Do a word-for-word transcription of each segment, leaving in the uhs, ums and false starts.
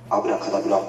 アブラカダブラ。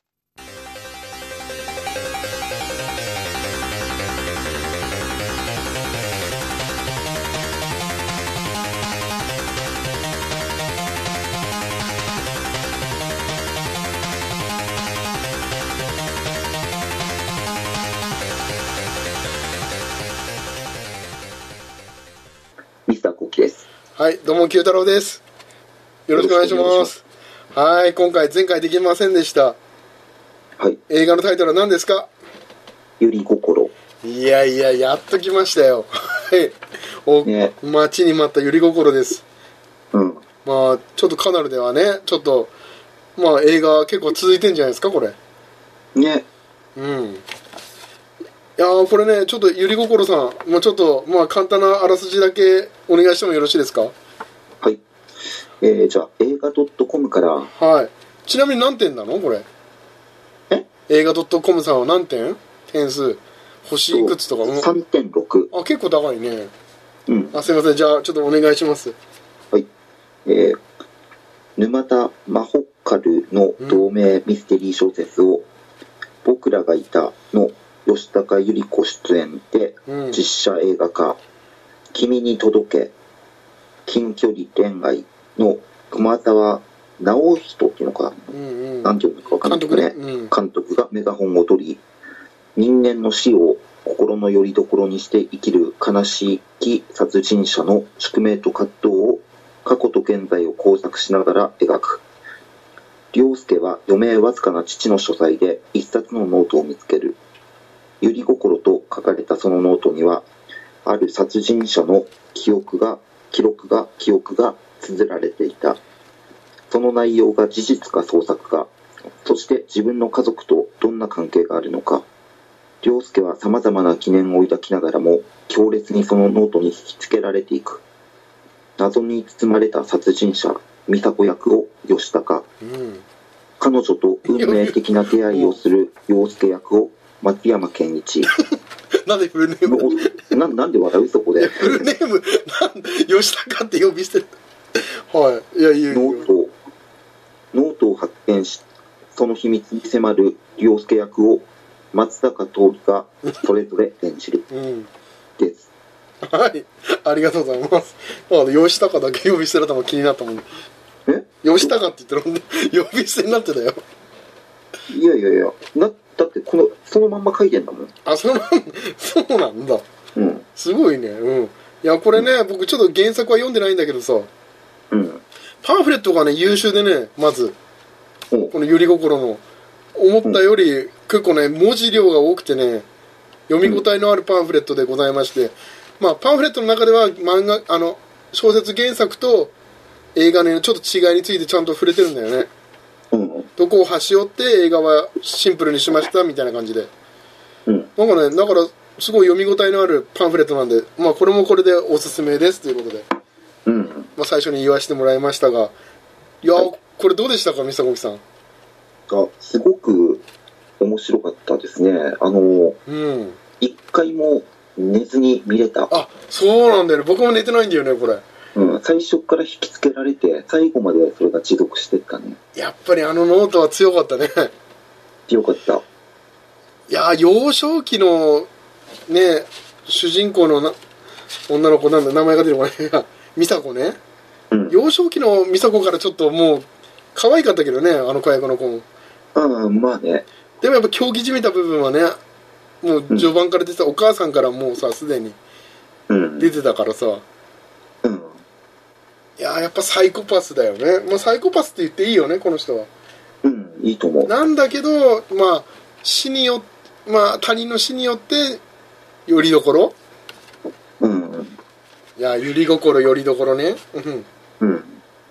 ミスターコキです。 はい、どうも九太郎です。よろしくお願いします。はい、今回前回できませんでした。 はい。 映画のタイトルは何ですか？ ゆり心。 いやいや、やっと来ましたよ。はい。お、 ね、 待ちに待ったゆり心です。 うん。 まあちょっとカナルではね、ちょっとまあ映画結構続いてんじゃないですかこれ。 ね。 うん。いやーこれね、ちょっとゆり心さん、もうちょっとまあ簡単なあらすじだけお願いしてもよろしいですか？ はい。えー、じゃあ映画 .com から。 はい。ちなみに何点なのこれ？ え？ 映画 .com さんは何点？点数星いくつとかもさんてんろく。 あ、結構高いね。 うん。 あ、すいません、じゃあちょっとお願いします。 はい。えー、沼田真帆カルの同名ミステリー小説を、うん、僕らがいたの吉高由里子出演で実写映画化、うん、君に届け近距離恋愛の熊沢直人っていうのか、うんうん、なんていうのか分かんないけどね、監督ね、うん、監督がメガホンを取り、人間の死を心の拠り所にして生きる悲しき殺人者の宿命と葛藤を過去と現在を交錯しながら描く。凌介は余命わずかな父の書斎で一冊のノートを見つける。ゆり心と書かれたそのノートには、ある殺人者の記憶が記録が記憶が綴られていた。その内容が事実か創作か、そして自分の家族とどんな関係があるのか。凌介は様々な疑念を抱きながらも強烈にそのノートに引きつけられていく。謎に包まれた殺人者美佐子役を吉高、うん、彼女と運命的な出会いをする凌介役を松山ケンイチ。 なんでフルネームななんで笑うそこで。 フルネームなん吉高って呼び捨てる。はい。いやいやいや。 ノートノートを発見し、その秘密に迫る凌介役を松坂桃李がそれぞれ演じる、うん、です。 はい、ありがとうございます。あ吉高だけ呼び捨てられたの気になったもん。 え？ 吉高って言ったら呼び捨てになってたよ。 いやいやいや、なだってこのそのまんま書いてんだもん。 あ、そのまんそうなんだ。 うん。 すごいね。うん。いやこれね、うん、僕ちょっと原作は読んでないんだけどさ。 うん。 パンフレットがね優秀でね、まずこのゆり心の思ったより、うん、結構ね文字量が多くてね読み応えのあるパンフレットでございまして、うん、まあパンフレットの中では漫画あの小説原作と映画のちょっと違いについてちゃんと触れてるんだよね。 うん、 どこを端折って映画はシンプルにしましたみたいな感じで、 うん、 なんかねだからすごい読み応えのあるパンフレットなんで、まあこれもこれでおすすめですということで、 うん、 まあ最初に言わせてもらいましたが、いや、はい、これどうでしたか、ミサコキさん。 あ、すごく面白かったですね。あの、うん、一回も寝ずに見れた。 あ、そうなんだよね。僕も寝てないんだよね、これ。 うん、最初から引きつけられて、最後までそれが持続してったね。 やっぱりあのノートは強かったね。 強かった。 いや、幼少期のね、主人公のな女の子なんだ、名前が出てこない。美佐子ね。うん、幼少期の美佐子からちょっともう可愛かったけどね、あの子役の子も。 うん、まあね。 でもやっぱ狂気じみた部分はね、もう序盤から出てた、うん、お母さんからもうさすでに出てたからさ、 うん、 いややっぱサイコパスだよね。まあサイコパスって言っていいよね、この人は。 うん、いいと思う。 なんだけど、まあ死によまあ他人の死によってよりどころ。 うん。 いやゆり心よりどころね。 うん。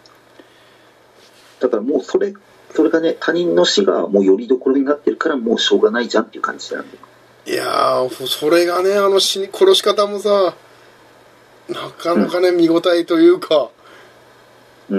だからもうそれそれがね、他人の死がもうよりどころになってるからもうしょうがないじゃんっていう感じなんだよ。 いやーそれがね、あの死に殺し方もさなかなかね、うん、見応えというか、 うん、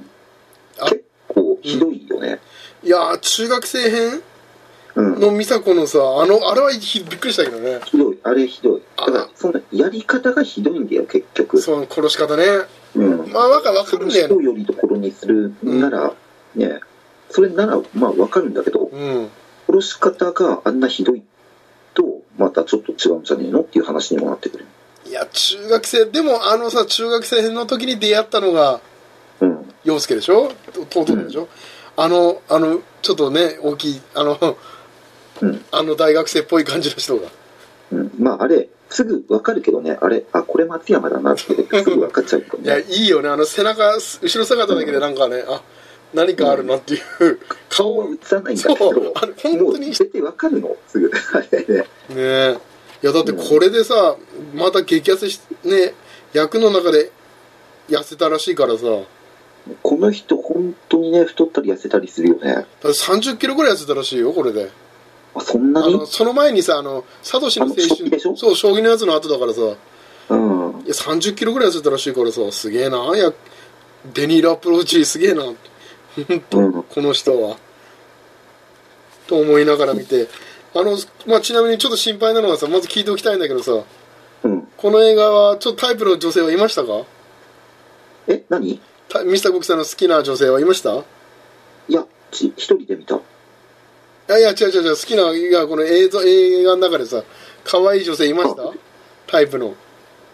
結構ひどいよね。 うん、いやー中学生編の美佐子のさ、あのあれはひびっくりしたけどね。 ひどい、あれひどい。ただそんなやり方がひどいんだよ結局。 その殺し方ね。 うん。 まあわかわかるんだよね。 人をよりどころにするなら、うん、ね、 それならまあわかるんだけど、 うん、 殺し方があんなひどいとまたちょっと違うんじゃねえのっていう話にもなってくる。 いや中学生でもあのさ中学生の時に出会ったのが陽介でしょ、弟でしょ、うん、あのあのちょっとね大きいあの、うん、あの大学生っぽい感じの人が、 うん、まああれすぐ分かるけどね、あれあこれ松山だなってすぐ分かっちゃうけどね。 いやいいよね、あの背中後ろ姿だけでなんかね、うん、あ何かあるなっていう、うん、 顔は映らないんだけど、あれ本当に絶対分かるのすぐあれね。 ねいやだってこれでさ、うん、また激痩せしね役の中で痩せたらしいからさ。 この人本当にね太ったり痩せたりするよね。だってさんじゅっキロぐらい痩せたらしいよこれで。 あそんなに？ あのその前にさあのサトシの青春そう将棋のやつの後だからさ、うん、いやさんじゅっキロぐらい痩せたらしいからさすげえな、いやデニールアプローチすげえな本当、うん、この人はと思いながら見て、あの、まあ、ちなみにちょっと心配なのはさ、まず聞いておきたいんだけどさ、うん、この映画はちょっとタイプの女性はいましたか？ え何？ ミスターコキさんの好きな女性はいました？ いや一人で見た。 いやいや違う違う違う、好きな、いやこの映像映画の中でさ可愛い女性いました？タイプの。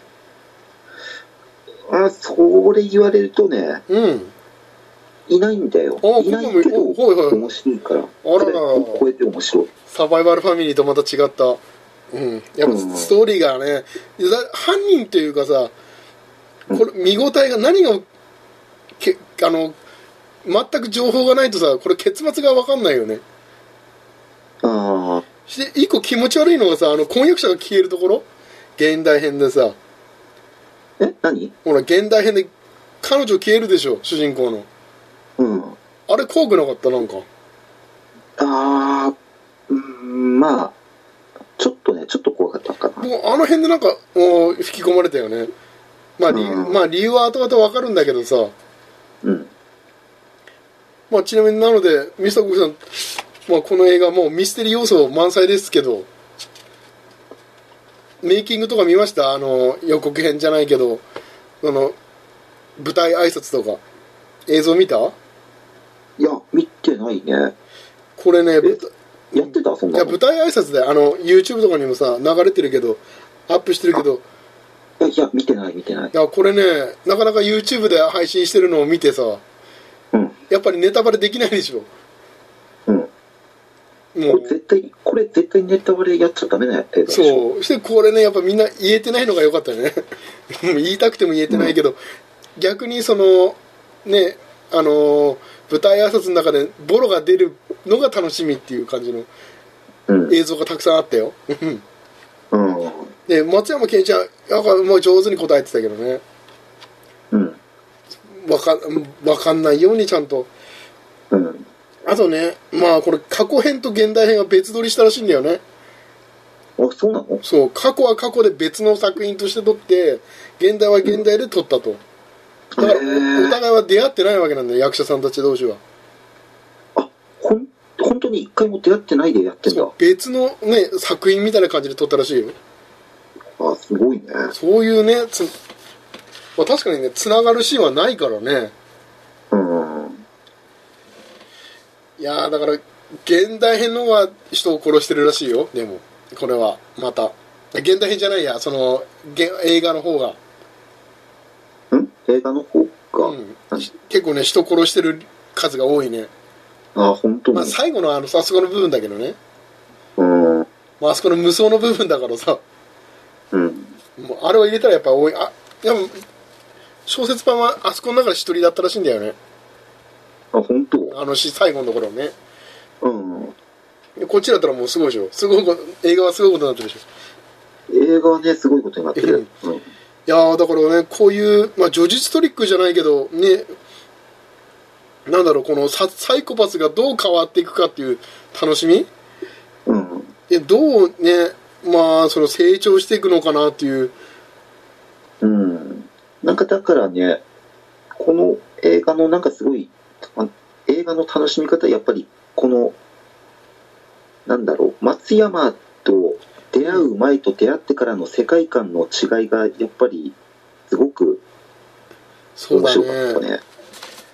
あ、それ言われるとね、 うんいないんだよ。 あいないけど、 ほいほい面白いから。 あららら超えて面白い。 サバイバルファミリーとまた違った、うん、やっぱストーリーがね、うん、犯人というかさ、これ見応えが何がけあの全く情報がないとさ、これ結末が分かんないよね。 ああ。 して一個気持ち悪いのがさ、あの婚約者が消えるところ、現代編でさ。 え、何？ ほら現代編で彼女消えるでしょ、主人公の。 うん。 あれ怖くなかった？なんか。 ああ、うん、まあちょっとね、ちょっと怖かったかな。 もうあの辺でなんかもう引き込まれたよね。まあ理、うん、まあ理由は後々分かるんだけどさ。 うん。 まあちなみになのでミスターコキさん、まあこの映画もうミステリー要素満載ですけど、メイキングとか見ました？あの予告編じゃないけど、あの舞台挨拶とか映像見た？ いや見てないね。 これね、 やってた？そんなの？ いや舞台挨拶であの YouTube とかにもさ流れてるけど、アップしてるけど、 いやいや見てない見てない。 いやこれねなかなか YouTube で配信してるのを見てさ、うん、やっぱりネタバレできないでしょ。 うん。もう絶対これ絶対ネタバレやっちゃダメなやつでしょ。 そうしてこれねやっぱみんな言えてないのが良かったよね。言いたくても言えてないけど、うん、逆にそのねあのー、舞台挨拶の中でボロが出るのが楽しみっていう感じの映像がたくさんあったよ。うん、で松山ケンイチはなんかもう上手に答えてたけどね、うん、わかわかんないようにちゃんと、うん、あとねまあこれ過去編と現代編は別撮りしたらしいんだよね。 あ、そうなの？ そう、過去は過去で別の作品として撮って現代は現代で撮ったと。だからお互いは出会ってないわけなんだよ、役者さんたち同士は。 あ、ほん本当に一回も出会ってないでやってんだ。そう別のね作品みたいな感じで撮ったらしいよ。 あ、すごいね。 そういうねつ、まあ、確かにねつながるシーンはないからね。うん。いやだから現代編の方が人を殺してるらしいよ。でもこれはまた現代編じゃないや、その映画の方が。 ん？映画の方が、うん、 結構ね人殺してる数が多いね。 あ、本当に。 まあ最後のあのあそこの部分だけどね。 うん。 まああそこの無双の部分だからさ。 うん。 もうあれを入れたらやっぱ多い。あ、でも小説版はあそこの中で一人だったらしいんだよね。 あ、本当。 あのし最後のところね。 うん。 でこっちだったらもうすごいでしょ。すごい映画はすごいことになってるでしょ。 映画はねすごいことになってる。うん。いやだからねこういうまあ叙述トリックじゃないけどね。なんだろうこのサ、サイコパスがどう変わっていくかっていう楽しみ、うん、でどうねまあその成長していくのかなっていう、 うん、なんかだからねこの映画のなんかすごい映画の楽しみ方やっぱりこのなんだろう松山と出会う前と出会ってからの世界観の違いがやっぱりすごく面白かったね。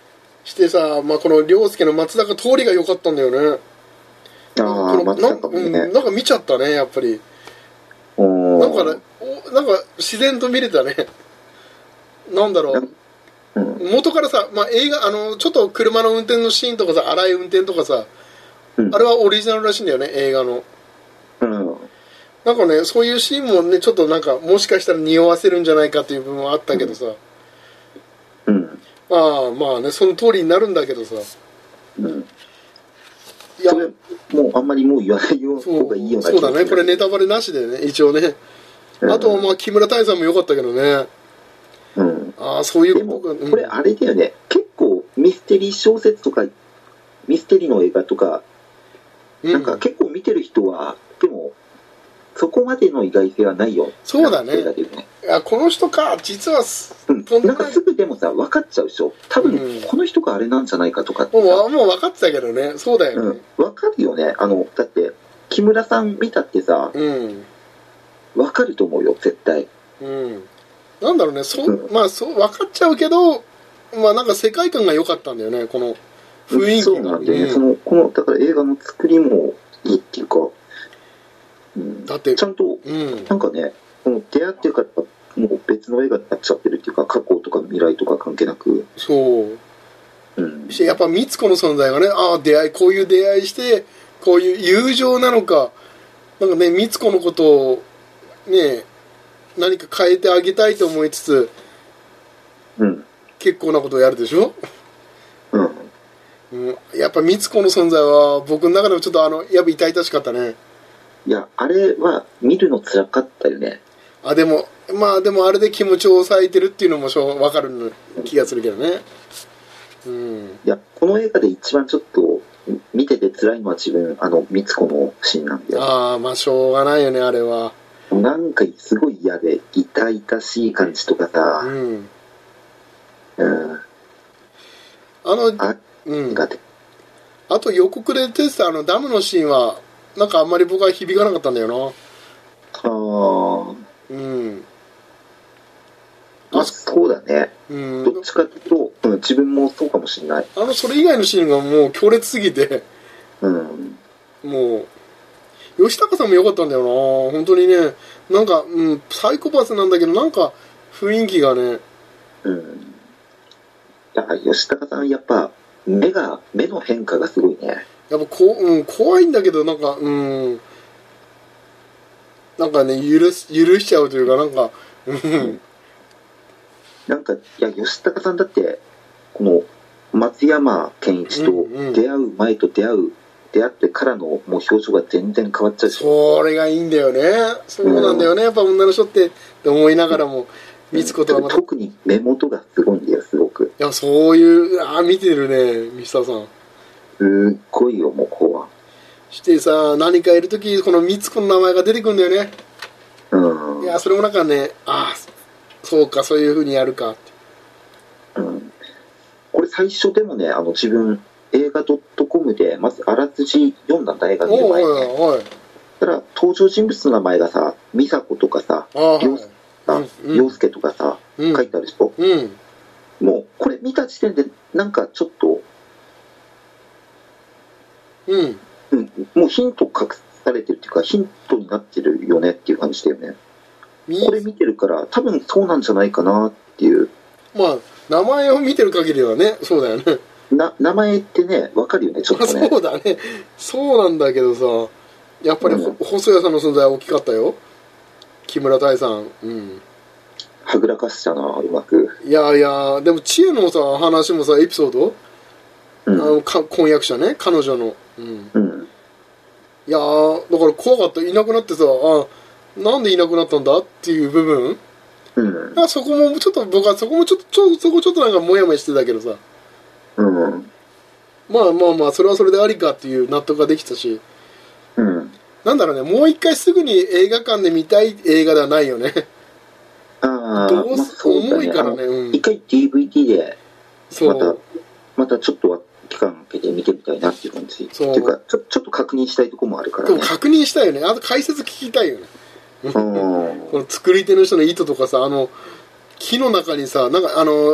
してさ、まあ、この涼介の松坂通りが良かったんだよね。 ああ、松坂もね、 うん。なんか見ちゃったね、やっぱり。なんかね、なんか自然と見れたね。なんだろう。うん、元からさ、まあ、映画、あの、ちょっと車の運転のシーンとかさ、荒い運転とかさ、うん、あれはオリジナルらしいんだよね、映画の。うん。なんかね、そういうシーンもね、ちょっとなんか、もしかしたら匂わせるんじゃないかっていう部分はあったけどさ。うん。まあまあね、その通りになるんだけどさ。うん。 いや、それもうあんまりもう言わない方がいいような気がする。 そうだね、これネタバレなしでね、一応ね。うん、あと、まあ、木村多江さんも良かったけどね。うん。ああ、そういうことか。うん、これあれだよね、結構ミステリー小説とか、ミステリーの映画とか、うん、なんか結構見てる人は、でも、そこまでの意外性はないよ。 そうだね。ねいやこの人か、実は、 うん、なんかすぐでもさ、分かっちゃうでしょ。多分、うん、この人があれなんじゃないかとかってもう。もう分かってたけどね。そうだよね。 うん、分かるよね。あの、だって、木村さん見たってさ、うん、分かると思うよ、絶対。 うん。なんだろうね、そ、うん、まあ、そう、分かっちゃうけど、まあなんか世界観が良かったんだよね、この雰囲気が。 そうなんだよね。うん、その、この、だから映画の作りもいいっていうか、うん、だってちゃんと、うん、なんかね、この出会ってるからもう別の映画になっちゃってるっていうか、過去とか未来とか関係なく。そう。 うん。やっぱ美津子の存在がね、ああ、出会い、こういう出会いして、こういう友情なのか、なんかね、美津子のことを、ね、何か変えてあげたいと思いつつ、うん。結構なことをやるでしょ。うん。うん、やっぱ美津子の存在は僕の中でもちょっとあの、やっぱ痛々しかったね。 いや、あれは見るの辛かったよね。 あ、でも、まあでもあれで気持ちを抑えてるっていうのも分かる気がするけどね。 うん。いや、この映画で一番ちょっと見てて辛いのは自分、あの、美津子のシーンなんだよ。 ああ、まあしょうがないよね、あれは。 なんかすごい嫌で、痛々しい感じとかさ。うん。うん。 あの、あ、うん。あと予告で出てたあのダムのシーンは、なんかあんまり僕は響かなかったんだよな。ああ。うん。 あ、そうだね。うん。どっちかというと、うん、自分もそうかもしれない。 あの、それ以外のシーンがもう強烈すぎて、うん。もう、吉高さんも良かったんだよな。本当にね、なんか、うん、サイコパスなんだけど、なんか、雰囲気がね。 うん。やっぱ吉高さん、やっぱ、目が、目の変化がすごいね。 やっぱこ、うん、怖いんだけど、なんか、うん、なんかね、許す、許しちゃうというか、なんか、うん。 なんか、いや、吉高さんだって、この、松山ケンイチと出会う前と出会う、出会ってからのもう表情が全然変わっちゃうでしょ。それがいいんだよね。そうなんだよね。やっぱ女の人ってって思いながらも、見つことはまた。特に目元がすごいんだよ、すごく。 いや、そういう、ああ、見てるね、ミスターさん。 すっごいよ、もうこうは。 してさ、何かいるとき、この美津子の名前が出てくるんだよね。うん。いや、それもなんかね、ああ、そうか、そういう風にやるかって。 うん。これ最初でもね、あの、自分、映画 .com で、まずあらすじ読んだんだ、映画見る前に、ね。おいおいおい。たら、登場人物の名前がさ、美佐子とかさ、涼介とかさ、うん、書いてあるでしょ。うん。もう、これ見た時点で、なんかちょっと、うん。うん、もうヒント隠されてるっていうか、ヒントになってるよねっていう感じだよね。これ見てるから、多分そうなんじゃないかなっていう。 まあ、名前を見てる限りはね、そうだよね。 な、名前ってね、わかるよね、ちょっとね。 そうだね。そうなんだけどさ、やっぱり、うん、細谷さんの存在は大きかったよ。木村多江さん。うん。 はぐらかしたな、うまく。 いやいや、でも、知恵のさ、話もさ、エピソード、うん、あのか婚約者ね、彼女の。うん。うん、いやー、だから怖かった。いなくなってさ、あ、なんでいなくなったんだっていう部分。うん。あ、そこもちょっと、僕はそこもちょっと、ちょそこちょっとなんかモヤモヤしてたけどさ。うん。まあまあまあ、それはそれでありかっていう納得ができたし。うん。なんだろうね、もう一回すぐに映画館で見たい映画ではないよね。 ああ、どうす、まあね、重いからね。うん、一回 ディーブイディー で、また、またちょっと期間空けて見てみたいなっていう感じ。そう。っていうか、ちょ、ちょっと確認したいところもあるからね。 でも確認したいよね。あと解説聞きたいよね。この作り手の人の意図とかさ、あの、木の中にさ、なんかあの、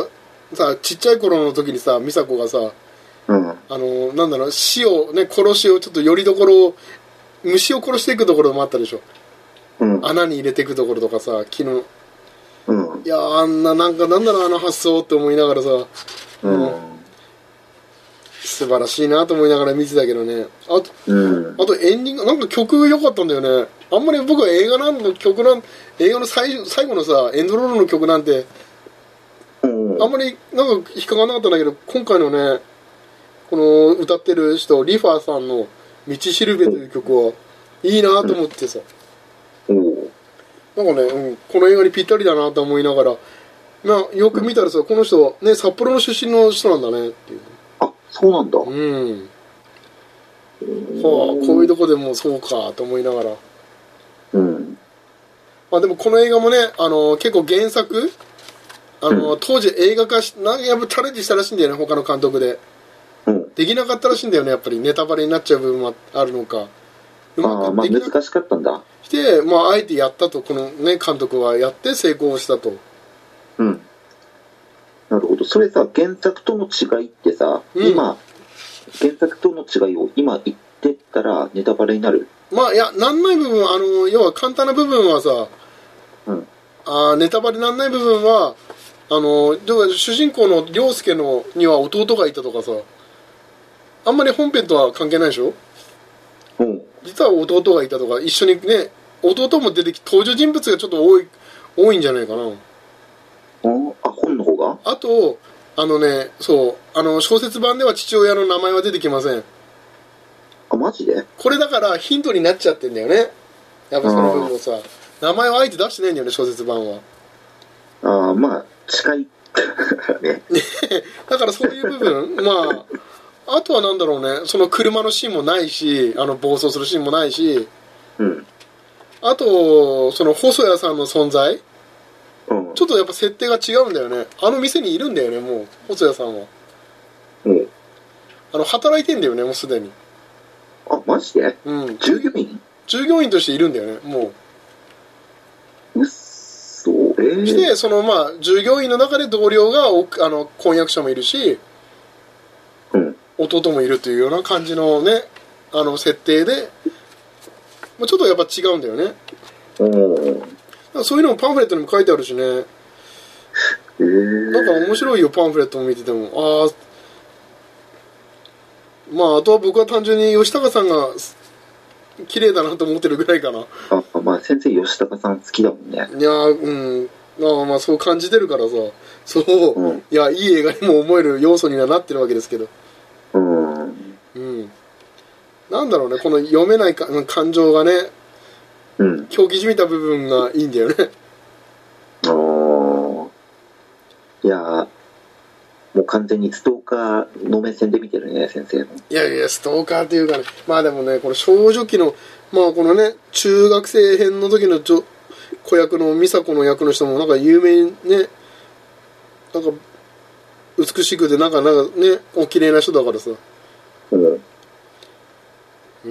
さ、ちっちゃい頃の時にさ、美佐子がさ、うん、あの、なんだろう、死を、ね、殺しをちょっとよりどころを、虫を殺していくところもあったでしょ。うん、穴に入れていくところとかさ、昨日。うん、いやあんな、なんか、なんだろう、あの発想って思いながらさ、うん、素晴らしいなと思いながら見てたけどね。あと、うん、あとエンディング、なんか曲良かったんだよね。あんまり僕は映画なんの曲なん、映画の最最後のさ、エンドロールの曲なんて、うん、あんまりなんか引っかかんなかったんだけど、今回のね、この歌ってる人、リファーさんの道しるべという曲はいいなと思ってさ。うん、なんかね、うん、この映画にぴったりだなと思いながら、まあ、よく見たらさ、この人、ね、札幌の出身の人なんだねっていう。 あ、そうなんだ。うん。 はあ、こういうとこでもそうかと思いながら。うん。まあでもこの映画もね、あの、結構原作、あの、うん、当時映画化し、なんかやっぱチャレンジしたらしいんだよね、他の監督で。うん。できなかったらしいんだよね、やっぱりネタバレになっちゃう部分もあるのか。 うまくああ、まあ難しかったんだ。 して、まああえてやったと、このね、監督はやって成功したと。 うん。なるほど。それさ、原作との違いってさ、うん、今、原作との違いを今言ってったらネタバレになる？ まあ、いや、なんない部分、あの、要は簡単な部分はさ、うん、あネタバレなんない部分は、あの、主人公の凌介のには弟がいたとかさ、あんまり本編とは関係ないでしょ？うん。実は弟がいたとか、一緒にね、弟も出てき、登場人物がちょっと多い、多いんじゃないかな。 あ、本の方が？ あと、あのね、そう、あの、小説版では父親の名前は出てきません。 あ、マジで？ これだからヒントになっちゃってんだよね。やっぱその部分をさ、名前はあえて出してないんだよね、小説版は。 ああ、まあ、近い。ね。 だからそういう部分、まあ、あとはなんだろうね、その車のシーンもないし、あの、暴走するシーンもないし、うん。あと、その細谷さんの存在、うん、ちょっとやっぱ設定が違うんだよね。あの店にいるんだよね、もう、細谷さんは。うん。あの、働いてんだよね、もうすでに。 あ、マジで？うん。従業員？ 従業員としているんだよね、もう。うっそ、えー、 して、そのまあ、従業員の中で同僚が、あの、婚約者もいるし、うん。弟もいるというような感じのね、あの、設定で、まあ、ちょっとやっぱ違うんだよね。うん。そういうのもパンフレットにも書いてあるしね。えー、なんか面白いよ、パンフレットも見てても。ああ、まあ、あとは僕は単純に吉高さんが綺麗だなと思ってるぐらいかな。 あ、まあ先生吉高さん好きだもんね。 いや、うん。あまあそう感じてるからさ、そう、うん、いや、いい映画にも思える要素にはなってるわけですけど。うん。うん。なんだろうね、この読めないか感情がね、うん。狂気じみた部分がいいんだよね。 ああ。いやもう完全にストーカーの目線で見てるね、先生も。 いやいや、ストーカーっていうかね、まあでもね、この少女期の、まあこのね、中学生編の時の子役の美佐子の役の人もなんか有名にね、なんか美しくてなんかなんかね、お綺麗な人だからさ。うん。うん。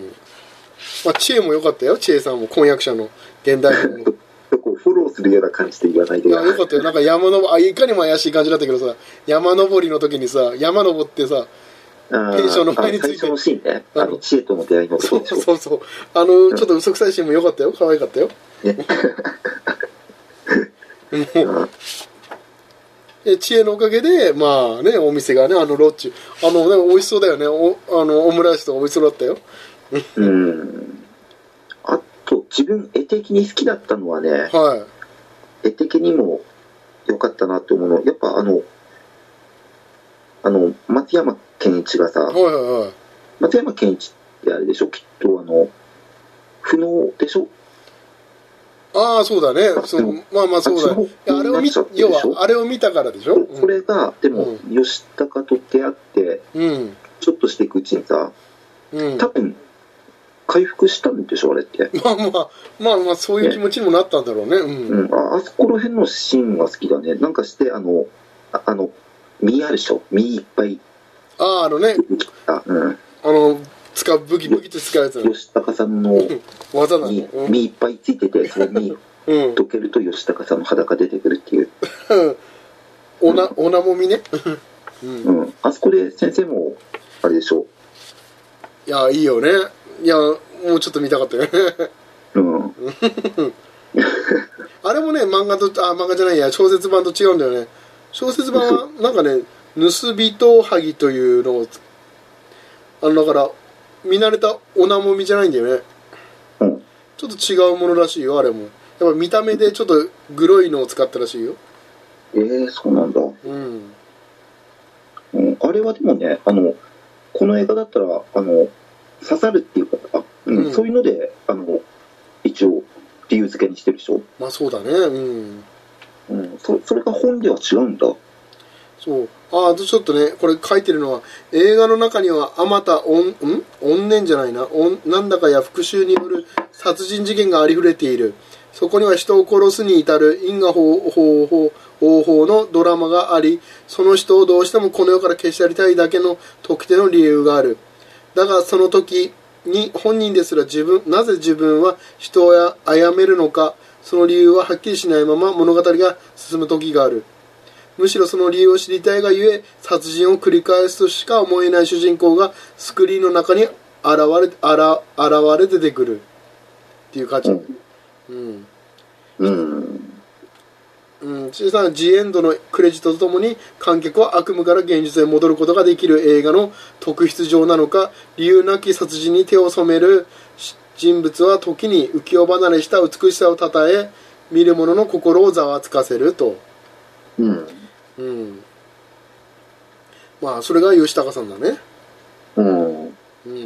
まあ、知恵も良かったよ、知恵さんも、婚約者の現代の。 そこをフォローするような感じで言わないで。 いや、よかったよ。なんか山登あ、いかにも怪しい感じだったけどさ、山登りの時にさ、山登ってさ、ペンションの前について。 最初のシーンね。あの、知恵との出会いのそうそうそう。あの、うん、ちょっと嘘くさいシーンも良かったよ。可愛かったよ。ね。で知恵のおかげで、まあね、お店がね、あのロッジ、あのね、美味しそうだよね。おあのオムライスとか美味しそうだったよ。 うん。あと、自分、絵的に好きだったのはね、はい。絵的にも良かったなって思うの。やっぱあの、あの、松山ケンイチがさ、はいはいはい。松山ケンイチってあれでしょ、きっとあの、不能でしょ？ ああ、そうだね。そのまあまあそうだね。あれを見、要は、あれを見たからでしょ？ それが、でも、うん、吉高と出会って、うん、ちょっとしていくうちにさ、うん、多分、回復したんでしょ、あれって。 まあまあ、まあまあ、そういう気持ちにもなったんだろうね。ね、 うん。うん、あ、あそこら辺のシーンが好きだね。なんかして、あの、あ, あの、身あるでしょ？身いっぱい。 ああ、あのね。うん。あの、使う、武器、武器と使うやつ。 吉高さんの技だね。 身いっぱいついてて、それに、溶けると吉高さんの裸出てくるっていう。 おな、おなもみね。 うん、うん。あそこで先生も、あれでしょ。 いや、いいよね。いや、もうちょっと見たかったよね。うん。あれもね、漫画と、あ、漫画じゃないや、小説版と違うんだよね。小説版は、なんかね、盗人はというのを、あの、だから、見慣れたおなもみじゃないんだよね。うん。ちょっと違うものらしいよ、あれも。やっぱ見た目でちょっとグロいのを使ったらしいよ。 ええー、そうなんだ。うん。うん、あれはでもね、あの、この映画だったら、あの、刺さるっていうか、あ、うん、うん、そういうので、あの、一応、理由付けにしてるでしょ。 まあそうだね、うん。 うん、そ, それが本では違うんだ。 そう。ああ、ちょっとね、これ書いてるのは、映画の中には、あまた、おん、ん怨念じゃないな、おん、なんだかや復讐による殺人事件がありふれている。そこには人を殺すに至る因果方法、方法のドラマがあり、その人をどうしてもこの世から消し去りたいだけの特定の理由がある。だがその時に本人ですら自分、なぜ自分は人を殺めるのか、その理由ははっきりしないまま物語が進む時がある。むしろその理由を知りたいがゆえ、殺人を繰り返すとしか思えない主人公がスクリーンの中に現れ、あら、現れ出てくるっていう感じ。うん。うん。うん、小さなジエンドのクレジットとともに観客は悪夢から現実へ戻ることができる映画の特筆上なのか、理由なき殺人に手を染める人物は時に浮世離れした美しさをたたえ、見る者の心をざわつかせると。うん。うん。まあそれが吉高さんだね。うん。うん。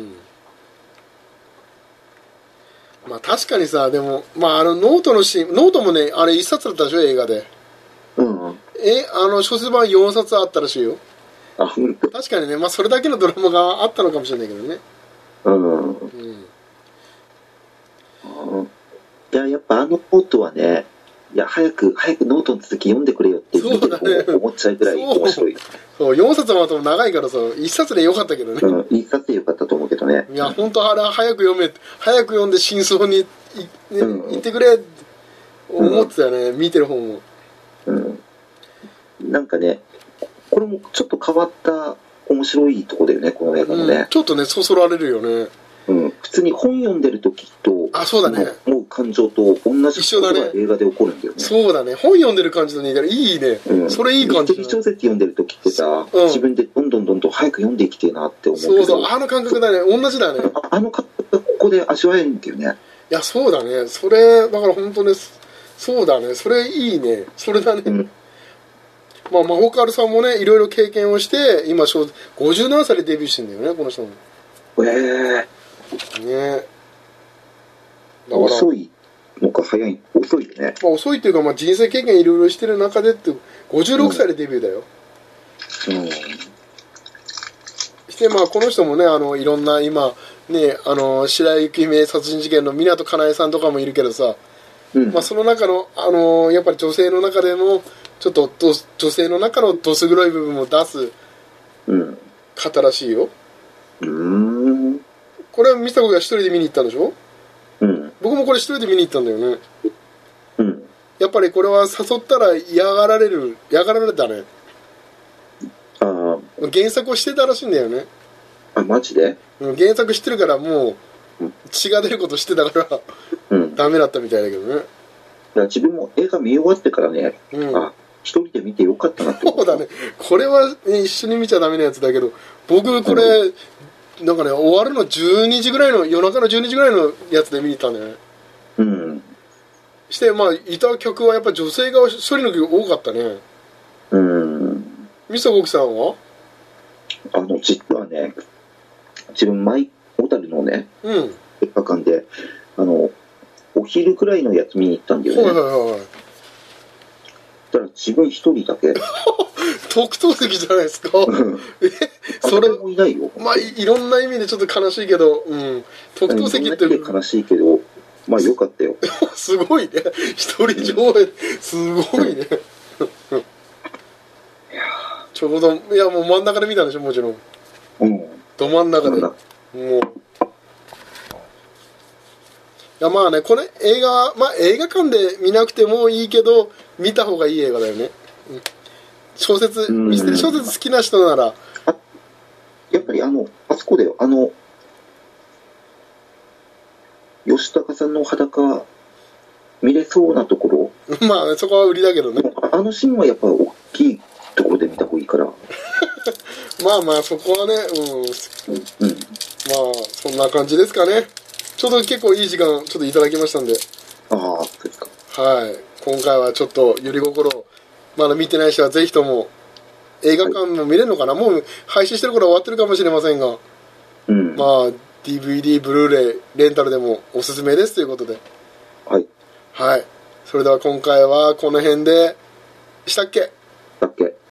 まあ確かにさ、でも、まああのノートのシーン、ノートもね、あれ一冊だったでしょ、映画で。うん。え、あの小説版よんさつあったらしいよ。あ、確かにね、まあそれだけのドラマがあったのかもしれないけどね。うん。うん。 いや、やっぱあのノートはね、いや、早く、早くノートの続き読んでくれよっていうふうに思っちゃうぐらい面白い。 そう、よんさつもあとも長いからさ、いっさつでよかったけどね。 うん、いっさつでよかったと思うけどね。 いや、本当あれは早く読め、早く読んで真相にい、ね、うん、言ってくれって思ってたよね、うん、見てる方も。 うん。なんかね、これもちょっと変わった面白いとこだよね、この映画もね。うん、 ちょっとね、そそられるよね。 うん、普通に本読んでる時と、 あ、そうだね。 もう感情と同じことが映画で起こるんだよね。 そうだね。本読んでる感じと似てる。いいね。うん、それいい感じ。 ミステリー小説読んでる時ってさ、うん、自分でどんどんどんどん早く読んでいきてえなって思うけど。 そうそう、あの感覚だね。同じだね。 あ, あの感覚がここで味わえるんだよね。 いや、そうだね。それ、だから本当です。そうだね。それいいね。それだね。うん、まあ、マホカルさんもね、いろいろ経験をして、今、ごじゅうななさいでデビューしてんだよね、この人も。 へえー。ねだから遅いのか早い、遅いよね。 まあ、遅いっていうか、まあ、人生経験いろいろしてる中でって、ごじゅうろくさいでデビューだよ。うん。うん、して、まあ、この人もね、あの、いろんな、今、ね、あの、白雪姫殺人事件の湊かなえさんとかもいるけどさ、うん、まあ、その中の、あの、やっぱり女性の中でも、ちょっと女性の中のどす黒い部分を出す方らしいよ。うん。これはミサコが一人で見に行ったんでしょ？うん。僕もこれ一人で見に行ったんだよね。うん。やっぱりこれは誘ったら嫌がられる、嫌がられたね。ああ。原作をしてたらしいんだよね。 あ、マジで？ うん、原作知ってるからもう血が出ることしてたから、うん、ダメだったみたいだけどね。 いや自分も映画見終わってからね、うん、あ、一人で見てよかったなって思った。 そうだね。これは、ね、一緒に見ちゃダメなやつだけど、僕これ、うんなんかね、終わるのじゅうにじぐらいの、夜中のじゅうにじぐらいのやつで見に行ったんだよね。うん。して、まあ、いた曲はやっぱ女性が一人の曲多かったね。うん。ミスターコキさんはあの、実はね、自分、マイ小樽のね、うん。映画館で、あの、お昼ぐらいのやつ見に行ったんだよね。はいはいはい。だから自分一人だけ。 特等席じゃないですか。え、それもいないよ。まあ い, いろんな意味でちょっと悲しいけど、うん、特等席って悲しいけど、まあよかったよ。 すごいね。一人上映、すごいね。ちょうどいやもう真ん中で見たんでしょもちろん。うん。ど真ん中で。もう。いやまあねこれ映画まあ映画館で見なくてもいいけど見た方がいい映画だよね。うん小説、ミステリー小説好きな人なら。 あ、やっぱりあの、あそこで、あの、吉高さんの裸、見れそうなところまあ、そこは売りだけどね。 あのシーンはやっぱ大きいところで見た方がいいから。 まあまあ、そこはね、うん。うん、うん。まあ、そんな感じですかね。ちょうど結構いい時間、ちょっといただきましたんで。 ああ、そうですか。 はい。今回はちょっと、ゆり心、まだ見てない人はぜひとも、映画館も見れるのかな、はい、もう配信してる頃は終わってるかもしれませんが、うん、まあ、ディーブイディー、ブルーレイ、レンタルでもおすすめですということで。 はい。 はい。それでは今回はこの辺で、したっけ？ したっけ？